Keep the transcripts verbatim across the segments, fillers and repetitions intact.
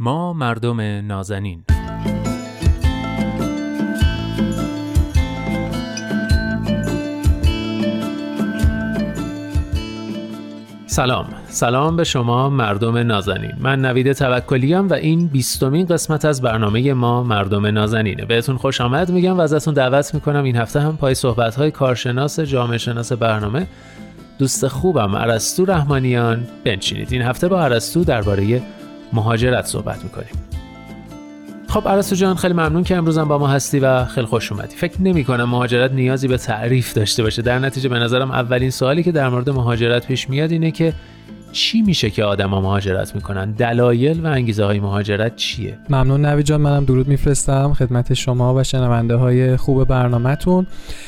ما مردم نازنین. سلام سلام به شما مردم نازنین. من نوید توکلی ام و این بیستمین قسمت از برنامه ما مردم نازنینه. بهتون خوش آمد میگم و ازتون دعوت میکنم این هفته هم پای صحبت‌های کارشناس جامعه شناس برنامه دوست خوبم ارسطو رحمانیان بنشینید. این هفته با ارسطو درباره مهاجرت صحبت میکنیم. خب ارسطو جان، خیلی ممنون که امروز هم با ما هستی و خیلی خوش اومدی. فکر نمی‌کنم مهاجرت نیازی به تعریف داشته باشه. در نتیجه به نظرم اولین سوالی که در مورد مهاجرت پیش میاد اینه که چی میشه که آدم‌ها مهاجرت میکنن؟ دلایل و انگیزه‌های مهاجرت چیه؟ ممنون نوید جان، منم درود میفرستم خدمت شما و شنونده‌های خوب برنامه‌تون.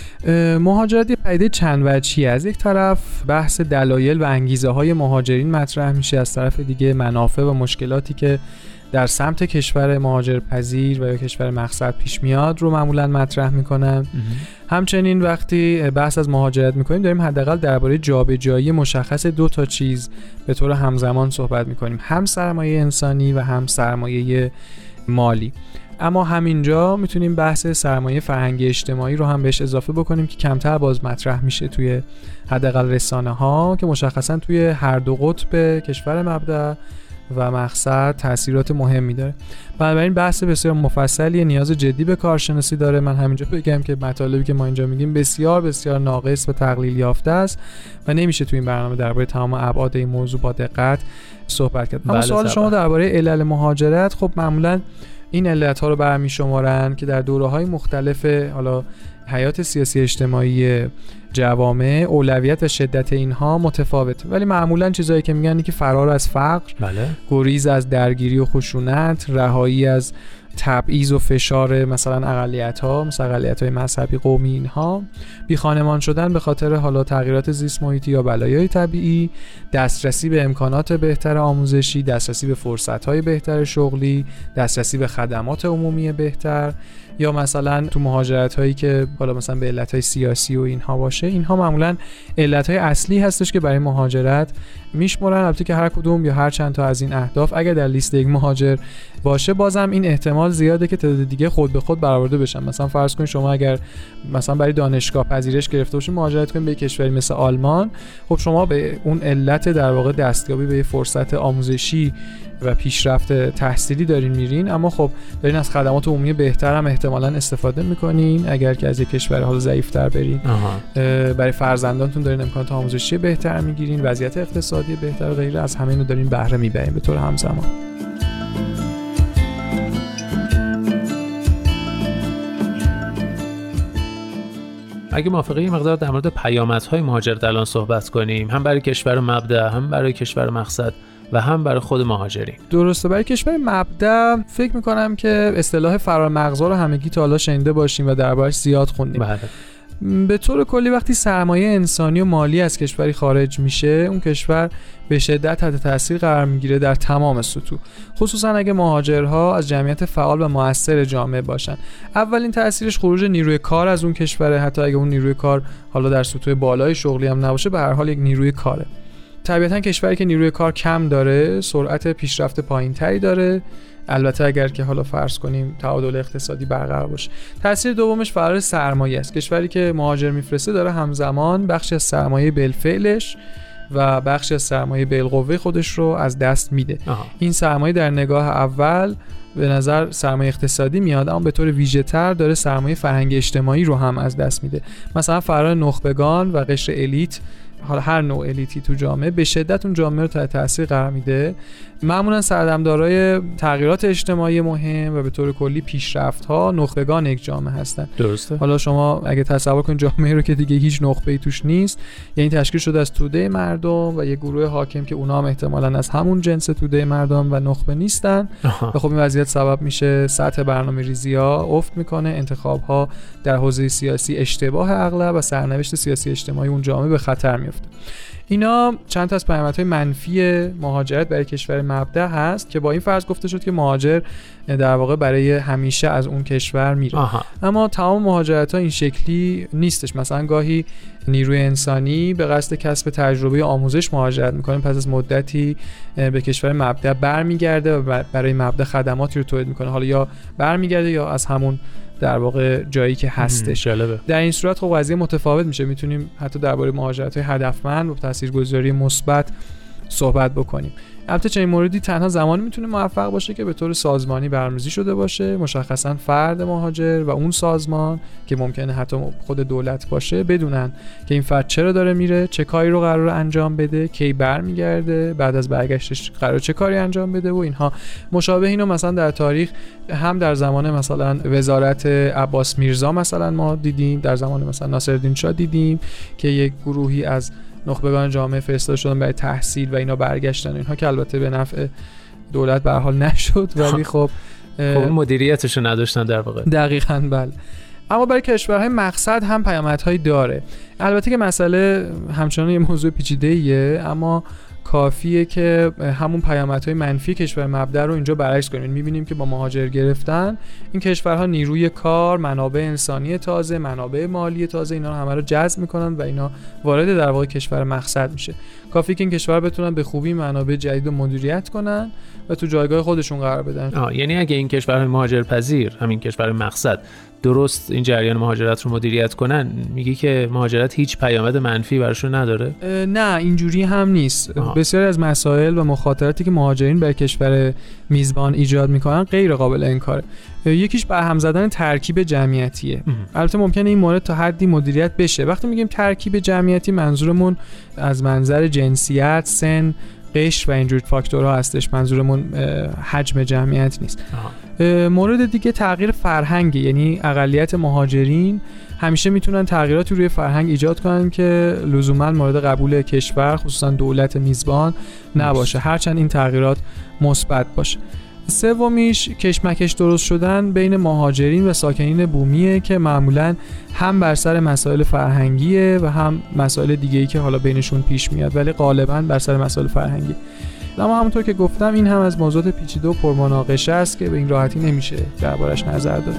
مهاجرت یه پدیده چند وجهی. از یک طرف بحث دلایل و انگیزه‌های مهاجرین مطرح میشه، از طرف دیگه منافع و مشکلاتی که در سمت کشور مهاجرپذیر و یا کشور مقصد پیش میاد رو معمولا مطرح میکنن. همچنین وقتی بحث از مهاجرت میکنیم داریم حداقل درباره جابجایی مشخص دو تا چیز به طور همزمان صحبت میکنیم، هم سرمایه انسانی و هم سرمایه مالی. اما همینجا میتونیم بحث سرمایه فرهنگی اجتماعی رو هم بهش اضافه بکنیم که کمتر باز مطرح میشه توی حداقل رسانه ها، که مشخصا توی هر دو قطب کشور مبدأ و مقصد تأثیرات مهمی داره. بنابراین بحث بسیار مفصلی نیاز جدی به کارشناسی داره. من همینجا بگم که مطالبی که ما اینجا میگیم بسیار بسیار ناقص و تقلیل یافته است و نمیشه تو این برنامه درباره تمام ابعاد این موضوع با دقت صحبت کرد. اما سوال شما درباره علل مهاجرت، خب معمولا این علت‌ها رو برمی شمارن که در دوره‌های مختلف حالا حیات سیاسی اجتماعی جوامع اولویت و شدت اینها متفاوته، ولی معمولا چیزایی که میگن که فرار از فقر، بله، گریز از درگیری و خشونت، رهایی از تبعیض و فشار مثلا اقلیت‌ها مثل اقلیت‌های مذهبی، قومی، اینها، بی خانمان شدن به خاطر حالا تغییرات زیست محیطی یا بلایای طبیعی، دسترسی به امکانات بهتر آموزشی، دسترسی به فرصت‌های بهتر شغلی، دسترسی به خدمات عمومی بهتر، یا مثلا تو مهاجرت هایی که حالا مثلا به علت های سیاسی و اینها باشه. اینها معمولا علت های اصلی هستش که برای مهاجرت میشمرن. البته که هر کدوم یا هر چند تا از این اهداف اگر در لیست یک مهاجر باشه، بازم این احتمال زیاده که تعداد دیگه خود به خود برآورده بشن. مثلا فرض کنید شما اگر مثلا برای دانشگاه پذیرش گرفته باشید مهاجرت کنید به کشوری مثل آلمان، خب شما به اون علت در واقع دستیابی به فرصت آموزشی و پیشرفت تحصیلی دارین میرین، اما خب دارین از خدمات عمومی بهتر هم احتمالاً استفاده میکنین اگر که از یک کشور حال ضعیف‌تر برین. برای فرزندانتون دارین امکانات آموزشی بهتر میگیرین، وضعیت اقتصادی بهتر و غیره، از همه اینو دارین بهره میبرین به طور همزمان. اگه موافقه یه مقدار در مورد پیامدهای مهاجرت الان صحبت کنیم، هم برای کشور مبدأ، هم برای کشور مقصد و هم برای خود مهاجرین. درسته. برای کشور مبدأ فکر میکنم که اصطلاح فرار مغزا رو همگی تا حالا شنیده باشیم و دربارش زیاد خوندیم. بله. به طور کلی وقتی سرمایه انسانی و مالی از کشوری خارج میشه، اون کشور به شدت تحت تاثیر قرار میگیره در تمام سطوح، خصوصا اگه مهاجرها از جمعیت فعال و موثر جامعه باشن. اولین تاثیرش خروج نیروی کار از اون کشوره، حتی اگه اون نیروی کار حالا در سطوح بالای شغلی هم نباشه، به هر حال یک نیروی کاره. طبیعتاً کشوری که نیروی کار کم داره سرعت پیشرفت پایین‌تری داره، البته اگر که حالا فرض کنیم تعادل اقتصادی برقرار باشه. تاثیر دومش فرار سرمایه است. کشوری که مهاجر میفرسته داره همزمان بخشی از سرمایه بالفعلش و بخشی از سرمایه بالقوه خودش رو از دست میده. آها. این سرمایه در نگاه اول به نظر سرمایه اقتصادی میاد، اما به طور ویژه‌تر داره سرمایه فرهنگی اجتماعی رو هم از دست میده. مثلا فرار نخبگان و قشر الیت، حالا هر نوع الیتی تو جامعه، به شدت اون جامعه رو تحت تاثیر قرار میده. معمولا سردمدارای تغییرات اجتماعی مهم و به طور کلی پیشرفت‌ها نخبگان یک جامعه هستن. درسته. حالا شما اگه تصور کنید جامعه رو که دیگه هیچ نخبه‌ای توش نیست، یعنی تشکیل شده از توده مردم و یه گروه حاکم که اونا هم احتمالاً از همون جنس توده مردم و نخبه نیستن، و خب این وضعیت سبب میشه سطح برنامه‌ریزی‌ها افت میکنه، انتخاب‌ها در حوزه سیاسی اشتباه اغلب و سرنوشت سیاسی اجتماعی اون جامعه به خطر میفته. گرفته. اینا چند تا از پیامدهای منفی مهاجرت برای کشور مبدأ هست که با این فرض گفته شد که مهاجر در واقع برای همیشه از اون کشور میره. آها. اما تمام مهاجرت‌ها این شکلی نیستش. مثلا گاهی نیروی انسانی به قصد کسب تجربه آموزش مهاجرت میکنه، پس از مدتی به کشور مبدأ برمیگرده و برای مبدأ خدماتی رو تولید میکنه، حالا یا برمیگرده یا از همون در واقع جایی که هستش. در این صورت خب قضیه متفاوت میشه. میتونیم حتی درباره مهاجرت‌های هدفمند و تاثیرگذاری مثبت صحبت بکنیم. البته چنین موردی تنها زمانی میتونه موفق باشه که به طور سازمانی برنامه‌ریزی شده باشه، مشخصاً فرد مهاجر و اون سازمان که ممکنه حتی خود دولت باشه بدونن که این فرد چرا داره میره، چه کاری رو قراره انجام بده، کی برمیگرده، بعد از برگشتش قراره چه کاری انجام بده و اینها. مشابه اینو مثلا در تاریخ هم در زمان مثلا وزارت عباس میرزا مثلا ما دیدیم، در زمان مثلا ناصرالدین شاه دیدیم که یک گروهی از نخبگان جامعه فرستاده شدن برای تحصیل و اینا برگشتن، اینها که البته به نفع دولت به هر حال نشد ولی خب خب مدیریتش رو نداشتن در واقع. دقیقاً بله. اما برای کشورهای مقصد هم پیامدهایی داره. البته که مسئله همچنان یه موضوع پیچیده‌ایه، اما کافیه که همون پیامدهای منفی کشور مبدأ رو اینجا برعکس کنیم. می‌بینیم که با مهاجر گرفتن این کشورها نیروی کار، منابع انسانی تازه، منابع مالی تازه، اینا رو همه رو جذب می‌کنن و اینا وارد در واقع کشور مقصد میشه. کافیه که این کشور بتونن به خوبی منابع جدید رو مدیریت کنن و تو جایگاه خودشون قرار بدن. آه یعنی اگه این کشورهای مهاجرپذیر، همین کشور مقصد، درست این جریان مهاجرت رو مدیریت کنن، میگی که مهاجرت هیچ پیامد منفی براشون نداره؟ نه اینجوری هم نیست. آه. بسیاری از مسائل و مخاطراتی که مهاجرین برای کشور میزبان ایجاد میکنن غیر قابل انکاره. یکیش برهم زدن ترکیب جمعیتیه. البته ممکنه این مورد تا حدی مدیریت بشه. وقتی میگیم ترکیب جمعیتی منظورمون از منظر جنسیت، سن، قشر و اینجور فاکتورها هستش، منظورمون حجم جمعیت نیست. آه. مورد دیگه تغییر فرهنگی، یعنی اقلیت مهاجرین همیشه میتونن تغییراتی روی فرهنگ ایجاد کنن که لزوما مورد قبول کشور خصوصا دولت میزبان نباشه، هرچند این تغییرات مثبت باشه. سومیش کشمکش درست شدن بین مهاجرین و ساکنین بومیه که معمولاً هم بر سر مسائل فرهنگیه و هم مسائل دیگه‌ای که حالا بینشون پیش میاد، ولی غالباً بر سر مسائل فرهنگی. اما همونطور که گفتم این هم از موضوعات پیچیده و پرمناقشه است که به این راحتی نمیشه دربارش نظر داد.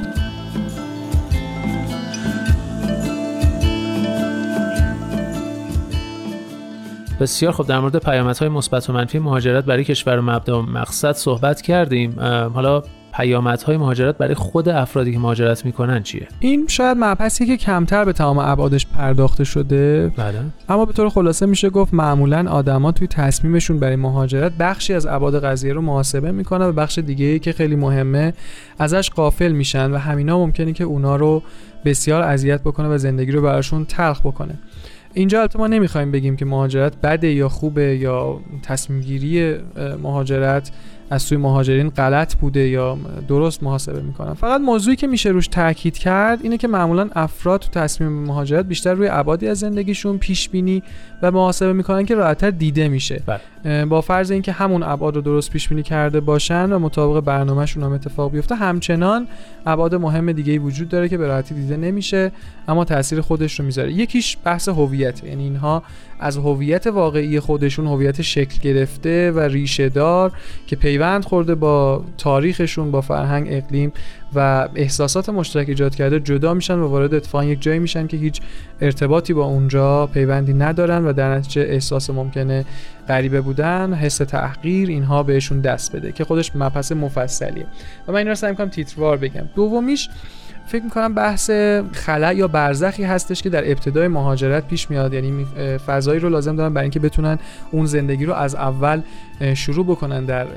بسیار خب، در مورد پیامدهای مثبت و منفی مهاجرت برای کشور مبدأ و مقصد صحبت کردیم. حالا پیامدهای مهاجرت برای خود افرادی که مهاجرت میکنن چیه؟ این شاید مبحثی که کمتر به تمام ابعادش پرداخته شده. بله. اما به طور خلاصه میشه گفت معمولاً آدما توی تصمیمشون برای مهاجرت بخشی از ابعاد قضیه رو محاسبه میکنن و بخش دیگه‌ای که خیلی مهمه ازش غافل میشن و همینا ممکنه که اونا رو بسیار اذیت بکنه و زندگی رو براشون تلخ بکنه. اینجا البته ما نمیخوایم بگیم که مهاجرت بده یا خوبه یا تصمیم گیری مهاجرت از سوی مهاجرین غلط بوده یا درست محاسبه میکنن. فقط موضوعی که میشه روش تاکید کرد اینه که معمولا افراد تو تصمیم مهاجرت بیشتر روی ابعادی از زندگیشون پیش بینی و محاسبه میکنن که راحت‌تر دیده میشه. بله. با فرض اینکه همون ابعاد رو درست پیش بینی کرده باشن و مطابق برنامه‌شون هم اتفاق بیفته، همچنان ابعاد مهم دیگه‌ای وجود داره که به راحتی دیده نمیشه اما تاثیر خودش رو میذاره. یکیش بحث هویت، یعنی اینها از هویت واقعی خودشون، هویت شکل گرفته و ریشه دار که پیوند خورده با تاریخشون، با فرهنگ، اقلیم و احساسات مشترک ایجاد کرده، جدا میشن و وارد اتفاقا یک جایی میشن که هیچ ارتباطی با اونجا پیوندی ندارن و در نتیجه احساس ممکنه غریبه بودن، حس تحقیر، اینها بهشون دست بده که خودش مبحث مفصلیه و من این رو سعی می‌کنم تیتروار بگم. دومیش فکر میکنم بحث خلأ یا برزخی هستش که در ابتدای مهاجرت پیش میاد، یعنی فضایی رو لازم دارن برای اینکه بتونن اون زندگی رو از اول شروع بکنن در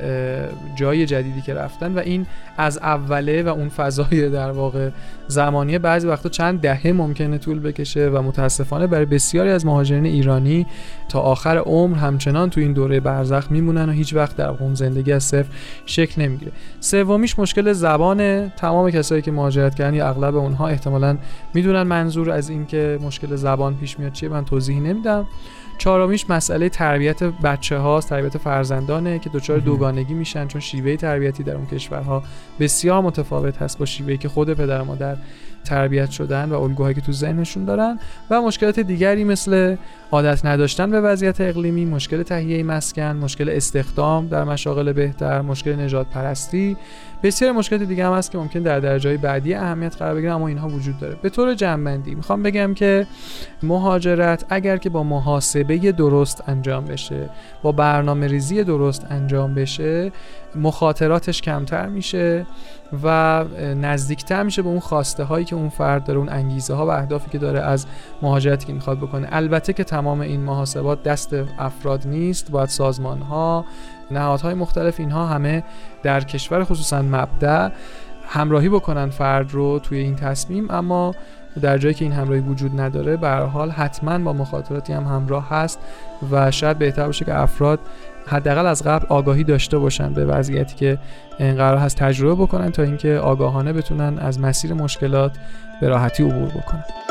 جای جدیدی که رفتن و این از اوله و اون فضای در واقع زمانیه بعضی وقتا چند دهه ممکنه طول بکشه و متاسفانه برای بسیاری از مهاجرین ایرانی تا آخر عمر همچنان تو این دوره برزخ میمونن و هیچ وقت در اون زندگی از صفر شکل نمیگیره. سومیش مشکل زبانه. تمام کسایی که مهاجرت کردن یا اغلب اونها احتمالاً میدونن منظور از این که مشکل زبان پیش میاد چیه، من توضیحی نمیدم. چهارمیش مسئله تربیت بچه هاست، تربیت فرزندانه که دچار دوگانگی میشن چون شیوه تربیتی در اون کشورها بسیار متفاوت هست با شیوهی که خود پدر و مادر تربیت شدن و الگوهایی که تو ذهنشون دارن و مشکلات دیگری مثل عادت نداشتن به وضعیت اقلیمی، مشکل تهیه مسکن، مشکل استخدام در مشاغل بهتر، مشکل نژاد پرستی، بسیار مشکلات دیگه هم هست که ممکن در درجه‌های بعدی اهمیت قرار بگیره، اما اینها وجود داره. به طور جمع‌بندی میخوام بگم که مهاجرت اگر که با محاسبه درست انجام بشه، با برنامه‌ریزی درست انجام بشه، مخاطراتش کمتر میشه و نزدیکتر میشه به اون خواسته هایی که اون فرد داره، اون انگیزه ها و اهدافی که داره از مهاجرتی که میخواد بکنه. البته که تمام این محاسبات دست افراد نیست، باید سازمان ها، نهادهای مختلف، اینها همه در کشور خصوصا مبدأ همراهی بکنن فرد رو توی این تصمیم، اما در جایی که این همراهی وجود نداره به هر حال حتما با مخاطراتی هم همراه هست و شاید بهتر باشه که افراد حداقل از قبل آگاهی داشته باشن به وضعیتی که قرار هست تجربه بکنن تا اینکه آگاهانه بتونن از مسیر مشکلات به راحتی عبور بکنن.